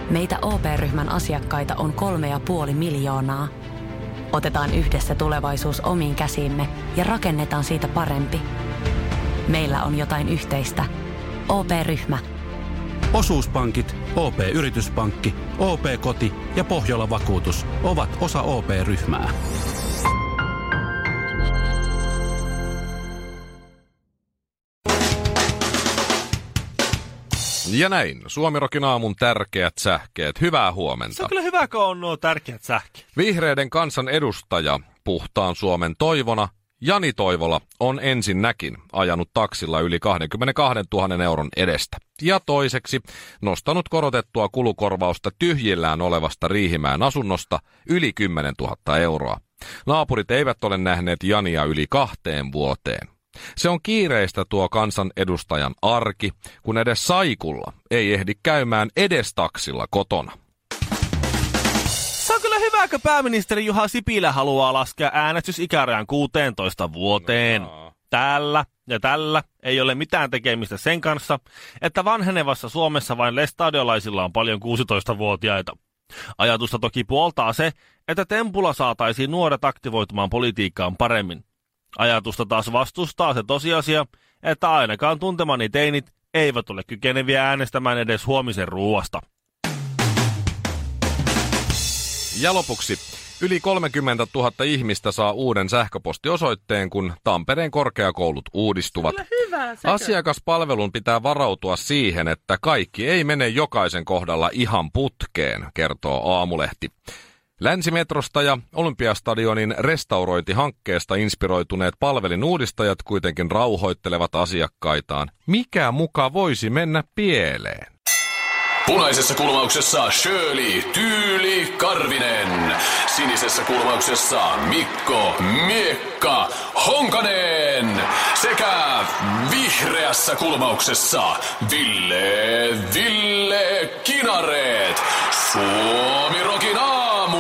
Meitä OP-ryhmän asiakkaita on 3,5 miljoonaa. Otetaan yhdessä tulevaisuus omiin käsiimme ja rakennetaan siitä parempi. Meillä on jotain yhteistä. OP-ryhmä. Osuuspankit, OP-yrityspankki, OP-koti ja Pohjola-vakuutus ovat osa OP-ryhmää. Ja näin, Suomirokin aamun tärkeät sähkeet. Hyvää huomenta. Se on kyllä hyvä, kun on nuo tärkeät sähkeet. Vihreiden kansan edustaja puhtaan Suomen toivona Jani Toivola on ensinnäkin ajanut taksilla yli 22 000 euron edestä. Ja toiseksi nostanut korotettua kulukorvausta tyhjillään olevasta Riihimäen asunnosta yli 10 000 euroa. Naapurit eivät ole nähneet Jania yli 2 vuoteen. Se on kiireistä tuo kansanedustajan arki, kun edes saikulla ei ehdi käymään edes taksilla kotona. Se on kyllä hyvä, kun pääministeri Juha Sipilä haluaa laskea äänestysikärajan 16 vuoteen. Tällä ei ole mitään tekemistä sen kanssa, että vanhenevassa Suomessa vain lestadiolaisilla on paljon 16-vuotiaita. Ajatusta toki puoltaa se, että tempulla saataisiin nuoret aktivoitumaan politiikkaan paremmin. Ajatusta taas vastustaa se tosiasia, että ainakaan tuntemani teinit eivät ole kykeneviä äänestämään edes huomisen ruuasta. Ja lopuksi, yli 30 000 ihmistä saa uuden sähköpostiosoitteen, kun Tampereen korkeakoulut uudistuvat. Asiakaspalvelun pitää varautua siihen, että kaikki ei mene jokaisen kohdalla ihan putkeen, kertoo Aamulehti. Länsimetrosta ja Olympiastadionin restaurointihankkeesta inspiroituneet palvelinuudistajat kuitenkin rauhoittelevat asiakkaitaan. Mikä muka voisi mennä pieleen? Punaisessa kulmauksessa Shirley Tyyli Karvinen. Sinisessä kulmauksessa Mikko Miekka Honkanen. Sekä vihreässä kulmauksessa Ville Kinareet. Suomirokin aamu.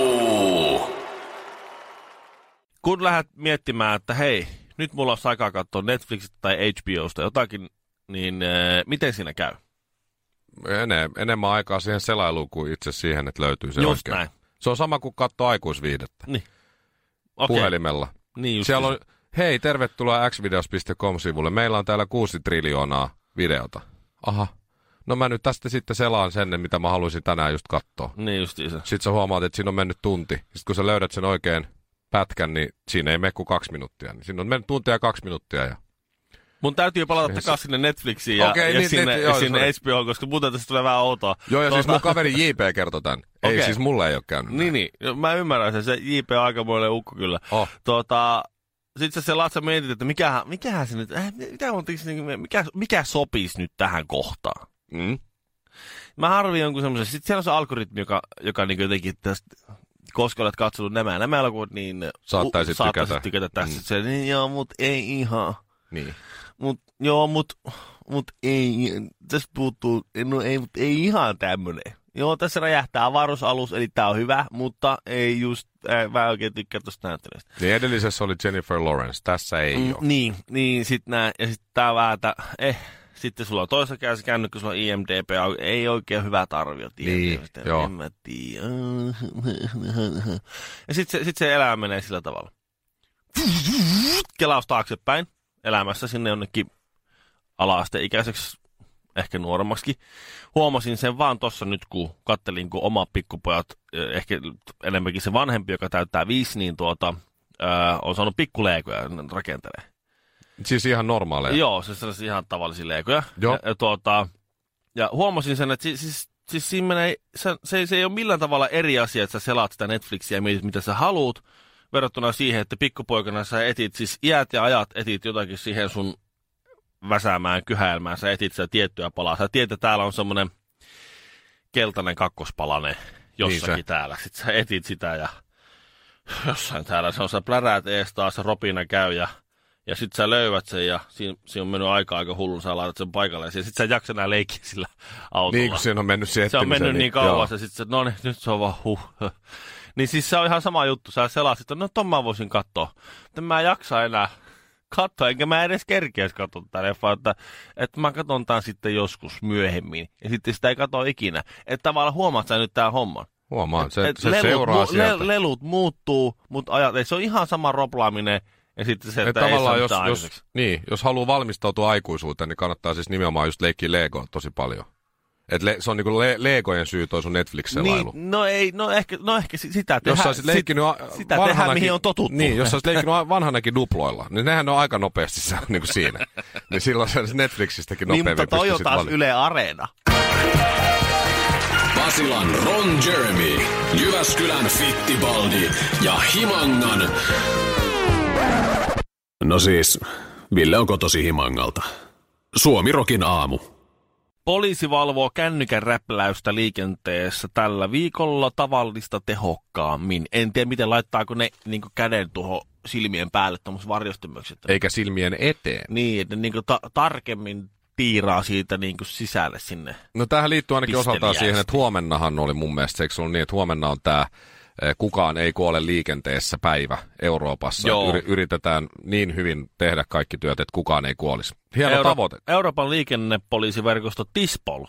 Kun lähdet miettimään, että hei, nyt mulla olisi aikaa katsoa Netflixistä tai HBOsta jotakin, niin miten siinä käy? Enemmän aikaa siihen selailuun kuin itse siihen, että löytyy se just oikein. Näin. Se on sama kuin katsoa aikuisviihdettä. Niin. Okay. Puhelimella. Niin siellä on, hei, tervetuloa xvideos.com-sivulle. Meillä on täällä 6 triljoonaa videota. Aha. No mä nyt tästä sitten selaan sen, mitä mä haluaisin tänään just katsoa. Niin justiinsa. Sitten sä huomaat, että siinä on mennyt tunti. Sitten kun sä löydät sen oikein pätkän, niin siinä ei mene kuin 2 minuuttia. Niin siinä on mennyt tuntia ja 2 minuuttia. Ja... Mun täytyy palata takaisin sinne Netflixiin ja, okay, ja sinne HBO, koska muuten tästä tulee vähän outoa. Joo, ja siis mun kaveri JP kertoi tämän. Ei, siis mulle ei ole käynyt. Niin. Mä ymmärrän sen. Se JP on aikamoinen ukko kyllä. Oh. Sitten sä Latsa mietit, että mikähän se nyt, mikä sopisi nyt tähän kohtaan. Mm. Mä harvin jonkun semmoisen. Sitten siellä on se algoritmi, joka niin jotenkin tästä, koska olet katsonut nämä elokuvat, niin saattaisit tykätä tässä. Se, niin, joo, mut ei ihan. Niin. Mut ei, tästä puuttuu, ei ihan tämmönen. Joo, tässä räjähtää avaruusalus, eli tää on hyvä, mutta ei just, mä oikein tykkää tosta näyttelystä. Niin edellisessä oli Jennifer Lawrence, tässä ei ole. Niin sit nää, ja sit tää väätä, sitten sulla on toisessa kädessä kännykkä, sulla on IMDb, ei oikein hyvät arviot. Niin, joo. En mä tiedä. Ja sit se elämä menee sillä tavalla. Kelaus taaksepäin elämässä sinne jonnekin ala-asteikäiseksi, ehkä nuoremmaksikin. Huomasin sen vaan tossa nyt, kun kattelin, kun oma pikkupojat, ehkä enemmänkin se vanhempi, joka täyttää 5, niin on saanut pikkuleekoja rakentelee. Siis ihan normaaleja? Joo, se sellaisia ihan tavallisia leekoja. Joo. Ja huomasin sen, että siis siinä menee, se ei ole millään tavalla eri asia, että sä selaat sitä Netflixiä ja mietit, mitä sä haluut, verrattuna siihen, että pikkupoikana sä etit, siis iät ja ajat etit jotakin siihen sun väsäämään kyhäilmään, sä etit sitä tiettyä palaa. Sä tiedät, että täällä on semmoinen keltainen kakkospalane jossakin niin täällä. Sitten sä etit sitä ja jossain täällä se on, sä pläräät ees taas, ropina käy ja sit sä löydät sen ja siinä on mennyt aika hullu, sä laitat sen paikalle ja sit sä et jaksa enää leikkiä sillä autolla. Niin, kun siinä on mennyt se on mennyt niin kauas ja sit sä, no niin, nyt se on vaan Niin siis se on ihan sama juttu, sä selaat, että no ton mä voisin katsoa. Mutta mä en jaksa enää katsoa, enkä mä edes kerkeäisi katsoa tätä leffaa, että mä katson tämän sitten joskus myöhemmin, ja sitten sitä ei katso ikinä. Että tavallaan huomaat sä nyt tän homman. Huomaan, se seuraa sieltä. Lelut muuttuu, mutta se on ihan sama roplaaminen, ja sitten se, että tavallaan jos haluaa valmistautua aikuisuuteen, niin kannattaa siis nimenomaan just leikkiä Legoa tosi paljon. Se on niinku Legojen syy toi sun Netflix-selailu. Niin, ehkä sitä tehdään. Jos sä olisit leikkinyt sitä tehdään, mihin on totuttu. Niin, jos sä olisit leikkinyt vanhanakin duploilla, niin nehän on aika nopeasti niinku siinä. Niin silloin se Netflixistäkin nopeammin niin, mutta toi on taas Yle Areena. Basilan Ron Jeremy, Jyväskylän Fittibaldi ja Himangan... No siis, Ville on kotosi Himangalta. Suomi-rokin aamu. Poliisi valvoo kännykän räpläystä liikenteessä tällä viikolla tavallista tehokkaammin. En tiedä, miten laittaako ne niin käden tuohon silmien päälle tuommoiset varjostimykset. Eikä silmien eteen. Niin, että niin tarkemmin tiiraa siitä niin sisälle sinne. No tämähän liittyy ainakin osaltaan siihen, että huomennahan oli mun mielestä, eikö se ollut niin, että huomenna on tämä kukaan ei kuole liikenteessä päivä Euroopassa. Yritetään niin hyvin tehdä kaikki työt, että kukaan ei kuolisi. Hieno tavoite. Euroopan liikennepoliisiverkosto TISPOL.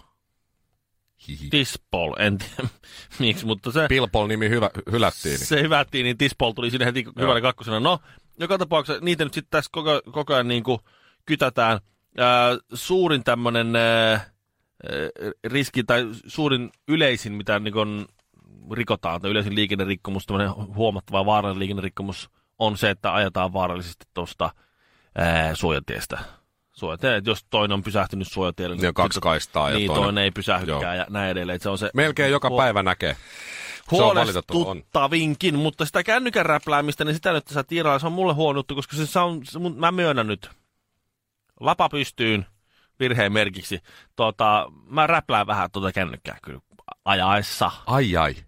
TISPOL, en tiedä miksi, mutta se... Pilpol-nimi hylättiin. Se hylättiin, niin TISPOL tuli sinne heti hyvällä kakkosena. No, joka tapauksessa niitä nyt sitten tässä koko ajan niin kuin kytätään. Suurin tämmöinen riski tai suurin yleisin, mitä niin kuin rikotaan, tai yleisin liikennerikkomus, tämmöinen huomattava vaarallinen liikennerikkomus on se, että ajetaan vaarallisesti tuosta suojatiestä. Jos toinen on pysähtynyt suojatielle, niin on kaksi kaistaa ja toinen ei pysähdykään ja näin edelleen. Se on se melkein joka päivä näkee. Huolestuttavinkin, mutta sitä kännykän räpläämistä, niin sitä nyt tässä tiiralla, se on mulle huono juttu, koska mä myönnän nyt. Lapa pystyyn virheen merkiksi. Mä räplään vähän kännykkää kyllä ajaessa. Ai.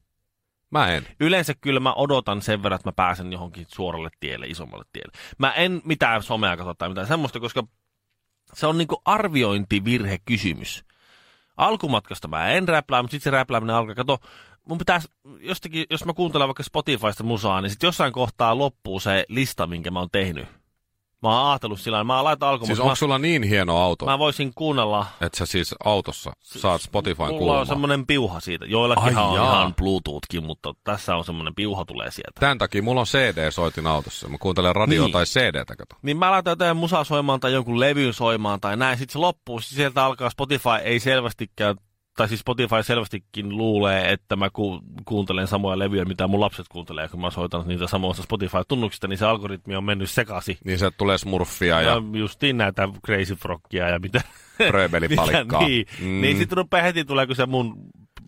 Mä en. Yleensä kyllä mä odotan sen verran, että mä pääsen johonkin suoralle tielle, isommalle tielle. Mä en mitään somea katso tai mitään semmoista, koska se on niinku arviointivirhekysymys. Alkumatkasta mä en räplää, mutta sitten se räplääminen alkaa. Kato, mun pitäisi jostakin, jos mä kuuntelen vaikka Spotifysta musaa, niin sitten jossain kohtaa loppuu se lista, minkä mä oon tehnyt. Mä oon ajatellut sillä mä laitan alkuun. Siis onko sulla niin hieno auto? Mä voisin kuunnella. Että sä siis autossa saat Spotifyn kuulemaan? Mulla on semmonen piuha siitä. Joillakin on ihan Bluetoothkin, mutta tässä on semmonen piuha tulee sieltä. Tän takia mulla on CD-soitin autossa. Mä kuuntelen radioa tai CDtä, kato. Niin mä laitan jotain musaa soimaan tai jonkun levyn soimaan tai näin. Sitten se loppuu. Sieltä alkaa Spotify ei selvästikään. Tai siis Spotify selvästikin luulee, että mä kuuntelen samoja levyjä, mitä mun lapset kuuntelee, kun mä soitan niitä samoista Spotify-tunnuksista, niin se algoritmi on mennyt sekaisin. Niin se tulee Smurfia ja... justiin näitä Crazy Frogia ja mitä... Rööbelipalikkaa. Niin sitten rupeaa heti tulee, kun se mun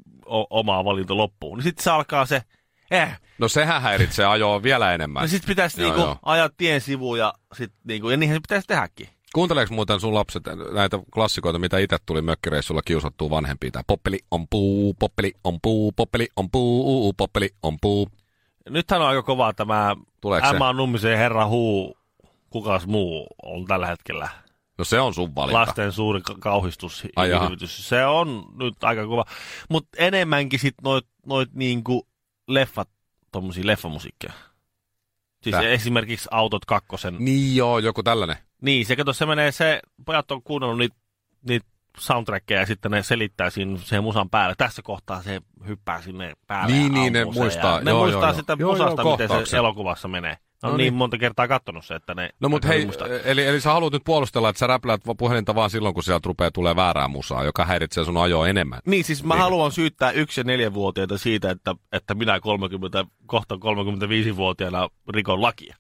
oma valinta loppuu. Niin sitten se alkaa se... No sehän häiritsee ajoa vielä enemmän. No sitten pitäisi ajaa tien sivuun ja niinhän se pitäisi tehdäkin. Kuunteleeko muuten sun lapset näitä klassikoita, mitä itse tuli mökkireissulla kiusattua vanhempia? Tää poppeli on puu, poppeli on puu, poppeli on puu, poppeli on puu. Nythän on aika kovaa tämä Emma Nummisen herra huu, kukas muu on tällä hetkellä. No se on sun valinta. Lasten suuri kauhistus. Se on nyt aika kova. Mutta enemmänkin sit noit niinku leffat, tommosia leffamusiikkeja. Siis esimerkiksi Autot 2. Niin joo, joku tällainen. Niin, se menee, pojat on kuunnellut niitä soundtrackeja ja sitten ne selittää siihen musan päälle. Tässä kohtaa se hyppää sinne päälle. Niin, ne muistaa. Ne muistaa sitä musasta, miten se elokuvassa menee. No niin monta kertaa katsonut se, että ne... No mutta hei, eli sä haluat nyt puolustella, että sä räpläät puhelinta vaan silloin, kun sieltä rupeaa tulee väärää musaa, joka häiritsee sun ajoa enemmän. Niin, siis mä haluan syyttää 1- ja 4-vuotiaita siitä, että minä kohta 35-vuotiaana rikon lakia.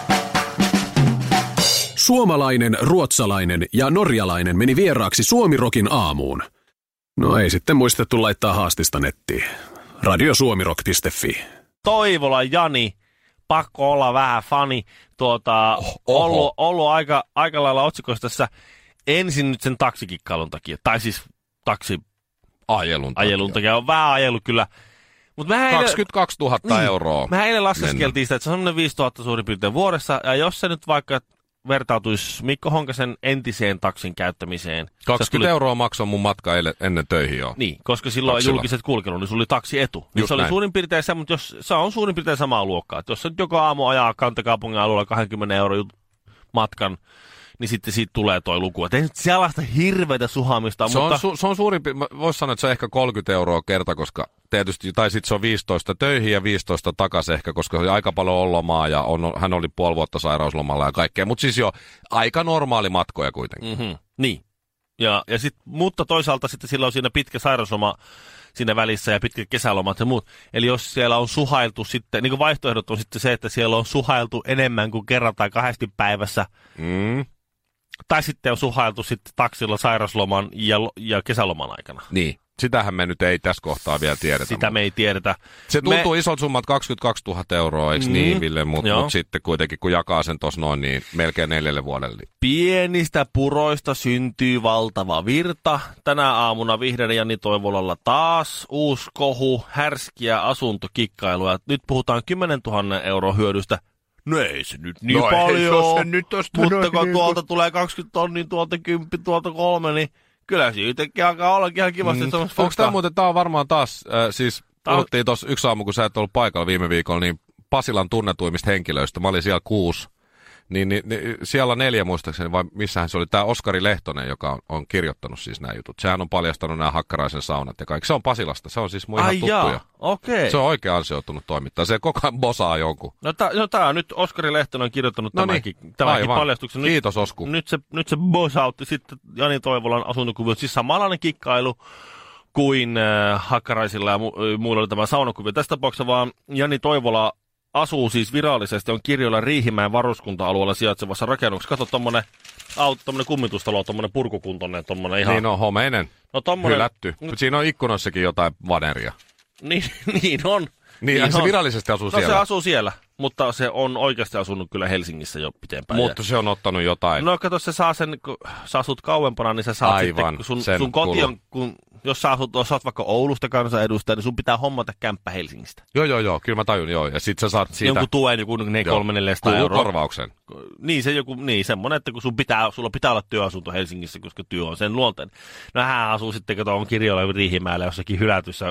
Suomalainen, ruotsalainen ja norjalainen meni vieraaksi Suomi-rokin aamuun. No ei sitten muistettu laittaa haastista nettiin. Radiosuomirock.fi. Toivola Jani, pakko olla vähän fani. Ollut aika lailla otsikoissa tässä ensin nyt sen taksikikkailun takia. Tai siis ajelun takia. On vähän ajellut kyllä. Mut 22 000 euroa. Mehän eilen laskeskeltiin sitä, että se on semmoinen 5 000 suurin piirtein vuodessa. Ja jos se nyt vaikka vertautuisi Mikko Honkasen entiseen taksin käyttämiseen. 20 euroa maksoi mun matka ennen töihin jo. Niin, koska silloin taksilla. Julkiset kulkenut, niin sulla oli taksietu. Niin se oli suurin piirtein se, mutta se on suurin piirtein samaa luokkaa. Että jos se nyt joka aamu ajaa kantakaupungin alueella 20 € matkan, niin sitten siitä tulee toi luku. Että ei nyt sellaista hirveätä suhaamista, mutta... Se on suurimpi, voisi sanoa, että se on ehkä 30 € kerta, koska tietysti, tai sitten se on 15 töihin ja 15 takaisin ehkä, koska oli aika paljon on lomaa ja hän oli puoli vuotta sairauslomalla ja kaikkea. Mutta siis jo aika normaali matkoja kuitenkin. Mm-hmm. Niin. Mutta toisaalta sitten sillä on siinä pitkä sairausloma siinä välissä ja pitkät kesälomat ja muut. Eli jos siellä on suhailtu sitten, niin kuin vaihtoehdot on sitten se, että siellä on suhailtu enemmän kuin kerran tai 2 päivässä, tai sitten on suhailtu sitten taksilla sairausloman ja kesäloman aikana. Niin, sitähän me nyt ei tässä kohtaa vielä tiedetä. Sitä me ei tiedetä. Se tuntuu isot summat 22 000 €, eikö niin, Ville? Mutta sitten kuitenkin, kun jakaa sen tuossa noin, niin melkein 4 vuodelle. Pienistä puroista syntyy valtava virta. Tänä aamuna Vihreän Jani Toivolalla taas uusi kohu, härskiä asuntokikkailuja. Nyt puhutaan 10 000 € hyödystä. No ei se nyt niin paljon, mutta kun tuolta tulee 20 tonnia, tuolta 10, tuolta 3, niin kyllä siitäkin alkaa ollakin ihan kivasti. Onko tämä muuten, tämä on varmaan taas, siis puhuttiin tuossa yksi aamu, kun sä et ollut paikalla viime viikolla, niin Pasilan tunnetuimmista henkilöistä, mä olin siellä 6, niin siellä 4 muistaakseni, vai missähän se oli, tämä Oskari Lehtonen, joka on kirjoittanut siis nämä jutut. Sehän on paljastanut nämä Hakkaraisen saunat ja kaikki. Se on Pasilasta, se on siis mun ihan tuttuja. Okay. Se on oikein ansioitunut toimittaja, se koko ajan bosaa jonkun. No tää on nyt Oskari Lehtonen on kirjoittanut tämänkin paljastuksen. Kiitos Osku. Nyt se bosautti sitten Jani Toivolan asuntokuvio, siis samanlainen kikkailu kuin Hakkaraisilla ja muilla oli tämä saunakuvio. Tässä tapauksessa vaan Jani Toivola asuu siis virallisesti, on Kirjoilla Riihimäen varuskunta-alueella sijaitsevassa rakennuksessa. Kato tommonen kummitustalo, tommonen purkukuntoinen, tommonen ihan... Niin on homeinen, hylätty. Mutta siinä on ikkunoissakin jotain vaneria. Niin on. Niin se virallisesti asuu siellä? No se asuu siellä, mutta se on oikeasti asunut kyllä Helsingissä jo pitempään. Mutta se on ottanut jotain. No kato, se saa sen, kun sä asut kauempana, niin sä saat aivan, sitten, kun sun koti on... Jos sä oot vaikka Oulusta kansanedustaja, niin sun pitää hommata kämppä Helsingistä. Joo, kyllä mä tajun, joo. Ja sit sä saat siitä... Jonkun tuen, joku 300-400 €. Korvauksen. Niin semmonen, että kun sulla pitää olla työasunto Helsingissä, koska työ on sen luonteen. No hän asuu sitten, kun on Kirjoilla Riihimäellä jossakin hylätyssä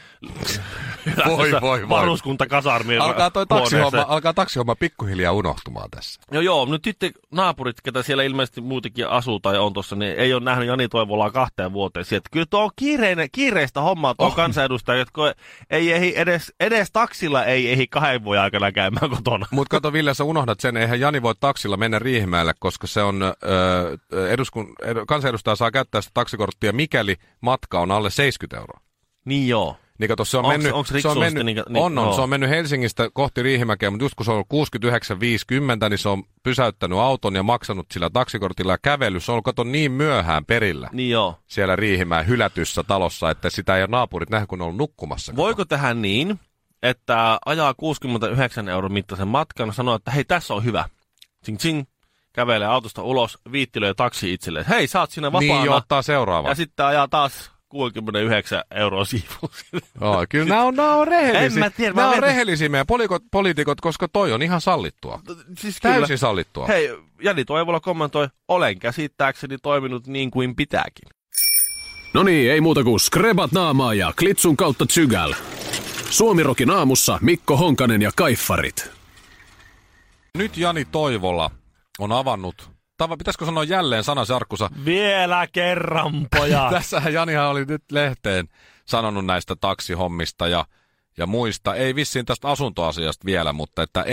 varuskuntakasarmien alkaa taksihomma pikkuhiljaa unohtumaan tässä. Joo, nyt sitten naapurit, ketä siellä ilmeisesti muutenkin asuu tai on tuossa, niin ei ole nähnyt Jani Toivolaa 2 vuoteen sieltä. Kyllä tuo on kiireistä hommaa tuo kansanedustaja, jotka ei edes taksilla ei ehdi 2 vuoden aikana käymään kotona. Mutta kato Ville, sä unohdat sen, eihän Jani voi taksilla mennä Riihimäelle, koska se on kansanedustaja saa käyttää sitä taksikorttia, mikäli matka on alle 70 €. Niin joo. Niin kato, se on mennyt Helsingistä kohti Riihimäkeä, mutta just kun se on 69,50, niin se on pysäyttänyt auton ja maksanut sillä taksikortilla ja kävellyt. Se on ollut niin myöhään perillä siellä Riihimäen hylätyssä talossa, että sitä ei ole naapurit nähdä, kun on ollut nukkumassa. Voiko tehdä niin, että ajaa 69 € mittaisen matkan ja sanoo, että hei, tässä on hyvä. Tsing tsing. Kävelee autosta ulos, viittilöi taksi itselleen. Hei, sä oot siinä vapaana. Niin, ottaa seuraava. Ja sitten ajaa taas 69 € siivuun. Joo, kyllä nämä on rehellisiä. Nämä on rehellisiä meidän poliitikot, koska toi on ihan sallittua. Siis täysin kyllä. sallittua. Hei, Jani Toivola kommentoi, olen käsittääkseni toiminut niin kuin pitääkin. No niin, ei muuta kuin skrebat naamaa ja klitsun kautta tsygäl. Suomirokin aamussa Mikko Honkanen ja Kaiffarit. Nyt Jani Toivola on avannut... Pitäisikö sanoa jälleen sanasarkkusa? Vielä kerran, pojat. Tässähän Janihan oli nyt lehteen sanonut näistä taksihommista ja muista. Ei vissiin tästä asuntoasiasta vielä, mutta että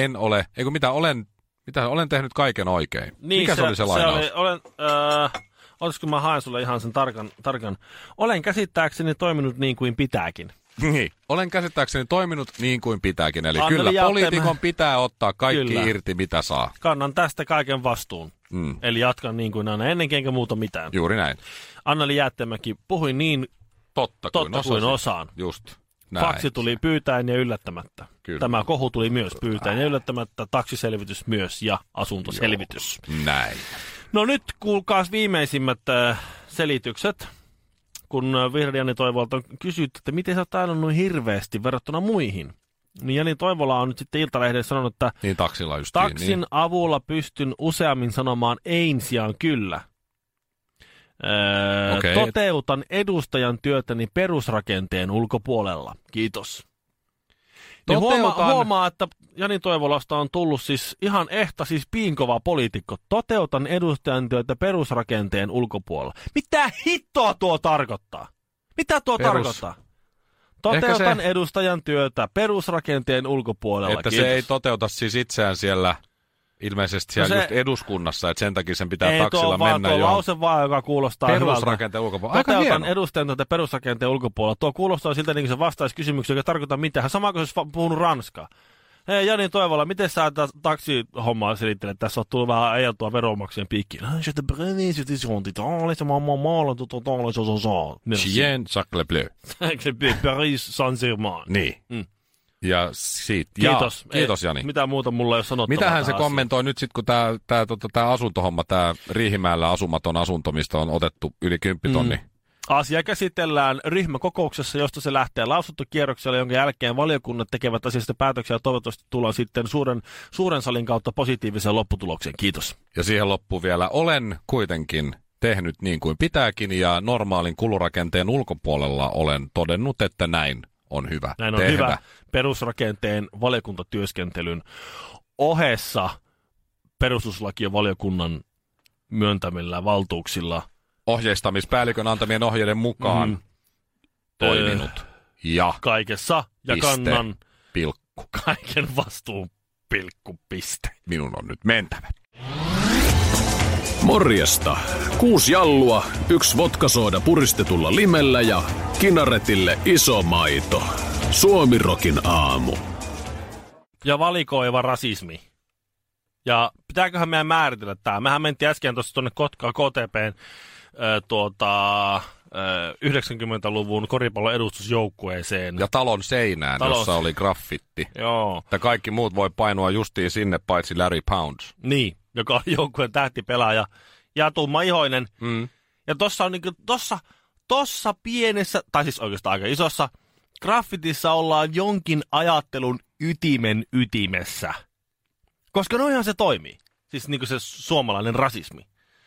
olen tehnyt kaiken oikein. Niin, mikä se oli se lainaus? Olisiko mä haen sulle ihan sen tarkan. Olen käsittääkseni toiminut niin kuin pitääkin. Niin, olen käsittääkseni toiminut niin kuin pitääkin. Eli kyllä poliitikon pitää ottaa kaikki irti, mitä saa. Kannan tästä kaiken vastuun. Eli jatkan niin kuin aina ennenkin, enkä muuta mitään. Juuri näin. Anneli Jäätteenmäki puhui niin totta kuin osaan. Just näin. Faksi tuli pyytäen ja yllättämättä. Kyllä. Tämä kohu tuli myös pyytäen ja yllättämättä. Taksiselvitys myös ja asuntoselvitys. Näin. No nyt kuulkaas viimeisimmät selitykset. Kun Vihreän Jani Toivolta on kysytty, että miten sä oot aina noin hirveästi verrattuna muihin. Niin Jani Toivola on nyt sitten Iltalehdessä sanonut, että niin, taksilla taksin avulla pystyn useammin sanomaan ein sijaan kyllä. Toteutan edustajan työtäni perusrakenteen ulkopuolella. Kiitos. Niin huomaa, että Jani Toivolasta on tullut siis ihan siis piinkova poliitikko. Toteutan edustajan työtä perusrakenteen ulkopuolella. Mitä hittoa tuo tarkoittaa? Mitä tuo tarkoittaa? Toteutan edustajan työtä perusrakenteen ulkopuolella. Että se ei toteuta siis itseään siellä, ilmeisesti siellä just eduskunnassa, että sen takia sen pitää taksilla mennä jo. Ei, tuo lause vaan, joka kuulostaa perusrakenteen ulkopuolella. Toteutan edustajan työtä perusrakenteen ulkopuolella. Tuo kuulostaa siltä, niin kuin se vastaisi kysymyksiä, joka tarkoittaa mitään. Sama kuin se olisi puhunut ranskaa. Hei Jani Toivola, miten sä taksihommaa selittelet? Tässä on tullut vähän ajeltua veronmaksien piikkiin. Chien Sacre Bleu. Paris Saint-Germain. Niin. Ja siitä. Kiitos Jani. Mitä muuta mulla ei ole sanottavaa? Mitähän se kommentoi nyt sitten, kun tämä asuntohomma, tämä Riihimäellä asumaton asunto, mistä on otettu yli 10 tonni. Asia käsitellään ryhmäkokouksessa, josta se lähtee lausuntokierrokselle, jonka jälkeen valiokunnat tekevät asiasta päätöksiä ja toivottavasti tullaan sitten suuren salin kautta positiiviseen lopputulokseen. Kiitos. Ja siihen loppuu vielä, olen kuitenkin tehnyt niin kuin pitääkin ja normaalin kulurakenteen ulkopuolella olen todennut, että näin on hyvä näin on tehdä. Hyvä perusrakenteen valiokuntatyöskentelyn ohessa perustuslakien valiokunnan myöntämillä valtuuksilla ohjeistamispäällikön antamien ohjeiden mukaan toiminut. Ja kaikessa ja piste, kannan pilkku. kaiken vastuun pilkku piste. Minun on nyt mentävä. Morjesta. 6 jallua, 1 vodkasooda puristetulla limellä ja Kinaretille iso maito. Suomirokin aamu. Ja valikoiva rasismi. Ja pitääköhän meidän määritellä tämä? Mehän mentiin äsken tuonne Kotkaan KTP:n 90-luvun koripallon edustusjoukkueeseen. Ja talon seinään, jossa oli graffitti. Joo. Että kaikki muut voi painua justiin sinne, paitsi Larry Pounds. Niin, joka on joukkueen tähtipelaaja ja tummaihoinen. Ja tossa on niinku, tossa pienessä, tai siis oikeastaan aika isossa, graffitissa ollaan jonkin ajattelun ytimen ytimessä. Koska noinhan se toimii. Siis niinku se suomalainen rasismi.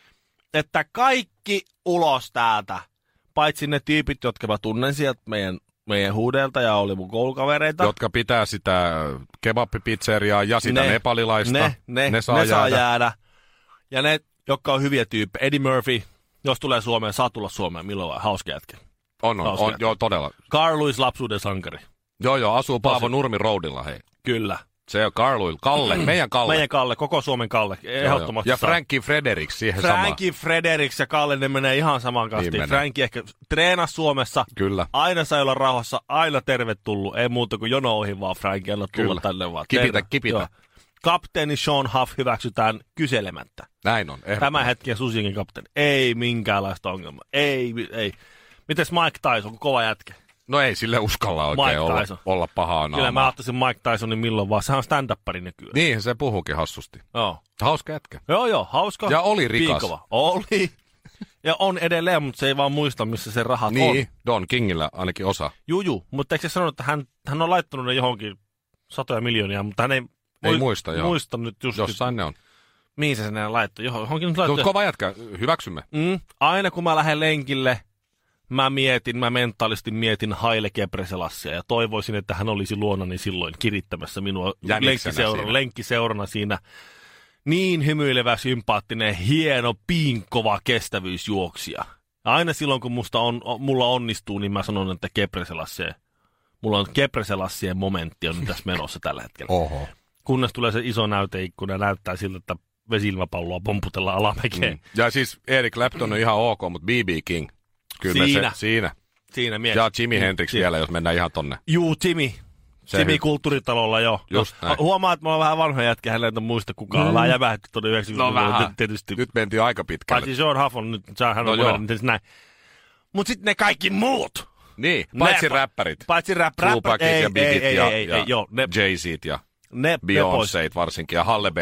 Että kaikki ulos täältä, paitsi ne tyypit, jotka mä tunnen sieltä meidän huudelta ja oli mun koulukavereita. Jotka pitää sitä kebabpizzeriaa ja sitä nepalilaista. Ne saa jäädä. Ja ne, jotka on hyviä tyyppejä. Eddie Murphy, jos tulee Suomeen, saa tulla Suomeen. Milloin vai? Hauska jätkä. On, joo, todella. Carl Lewis, lapsuuden sankari. Joo, asuu Paavo Nurmi Roadilla, hei. Kyllä. Se on Kalle, meidän Kalle. Meidän Kalle, koko Suomen Kalle, ehdottomasti. Ja Frankie Fredericks siihen samaan. Frankie Fredericks ja Kalle, ne menee ihan samaan kastiin. Niin Frankie ehkä treenasi Suomessa. Kyllä. Aina sai olla rauhassa, aina tervetullut. Ei muuta kuin jono ohi vaan Frankie, anna tulla tänne vaan. Kipitä. Joo. Kapteeni Sean Huff hyväksytään kyselemättä. Näin on. Tämän hetken Susingin kapteeni. Ei minkäänlaista ongelmaa. Ei. Mites Mike Tyson, kova jätkä? No ei sille uskalla oikein olla pahaa naamaa. Kyllä mä ajattaisin Mike Tysonin milloin vaan. Sehän on stand-uppari nykyään. Niin, se puhuukin hassusti. Joo. Hauska jätkä. Joo, hauska. Ja oli rikas. Piinkova. Oli. Ja on edelleen, mutta se ei vaan muista, missä se rahat on. Niin, Don Kingillä ainakin osa. Juu, mutta eikö se sanonut, että hän on laittanut ne johonkin 100 miljoonia, mutta hän ei muista nyt just. Jossain ne on. Mihin se ne laittoi? Johonkin nyt laittoi. Kova jätkä, hyväksymme. Aina kun mä lähden lenkille, mä mentaalisesti mietin Haile Gebrselassia ja toivoisin, että hän olisi luonani silloin kirittämässä minua lenkkiseurana siinä. Niin hymyilevä, sympaattinen, hieno, piinkova kestävyysjuoksija. Aina silloin, kun mulla onnistuu, niin mä sanon, että mulla on Gebrselassie momentti on tässä menossa tällä hetkellä. Oho. Kunnes tulee se iso näyteikkuna ja näyttää siltä, että vesi-ilmapalloa pomputellaan alamäkeen. Ja siis Eric Clapton on ihan ok, mutta B.B. King. Kyllä siinä mies. Ja Jimi Hendrix vielä, jos mennään ihan tonne. Juu, Jimi kulttuuritalolla, joo. Just näin. Huomaa, että mä oon vähän vanha jätkä, hän ei muista kukaan. Ollaan jämähti tuonne 90-luvulla tietysti. Nyt mentiin aika pitkälle. Paitsi Sean Huff on nyt, hän on moderni, näin. Mut sit ne kaikki muut. Niin, paitsi räppärit. Tupacit ja Bigit ja Jay-Zit ja Beyoncéit varsinkin ja Halle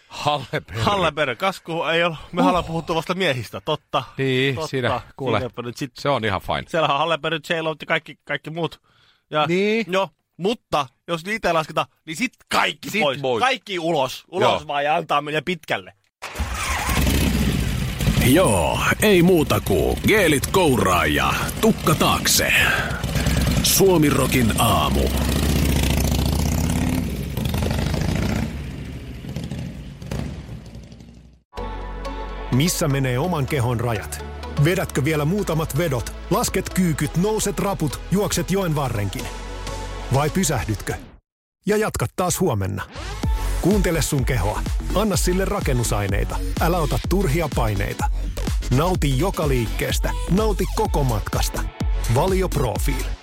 Berry, kasku ei ole. Me ollaan puhuttu vasta miehistä, totta. Niin, siinä, kuule, se on ihan fine. Siellä on Halle Berry, J-Lo ja kaikki muut. Ja, niin. Joo, mutta jos niitä ei lasketa, niin sit kaikki pois. Kaikki ulos vaan ja antaa mennä pitkälle. Joo, ei muuta kuin geelit kouraa ja tukka taakse. Suomirokin aamu. Missä menee oman kehon rajat? Vedätkö vielä muutamat vedot, lasket kyykyt, nouset raput, juokset joen varrenkin? Vai pysähdytkö? Ja jatkat taas huomenna. Kuuntele sun kehoa. Anna sille rakennusaineita. Älä ota turhia paineita. Nauti joka liikkeestä. Nauti koko matkasta. Valio Profiil.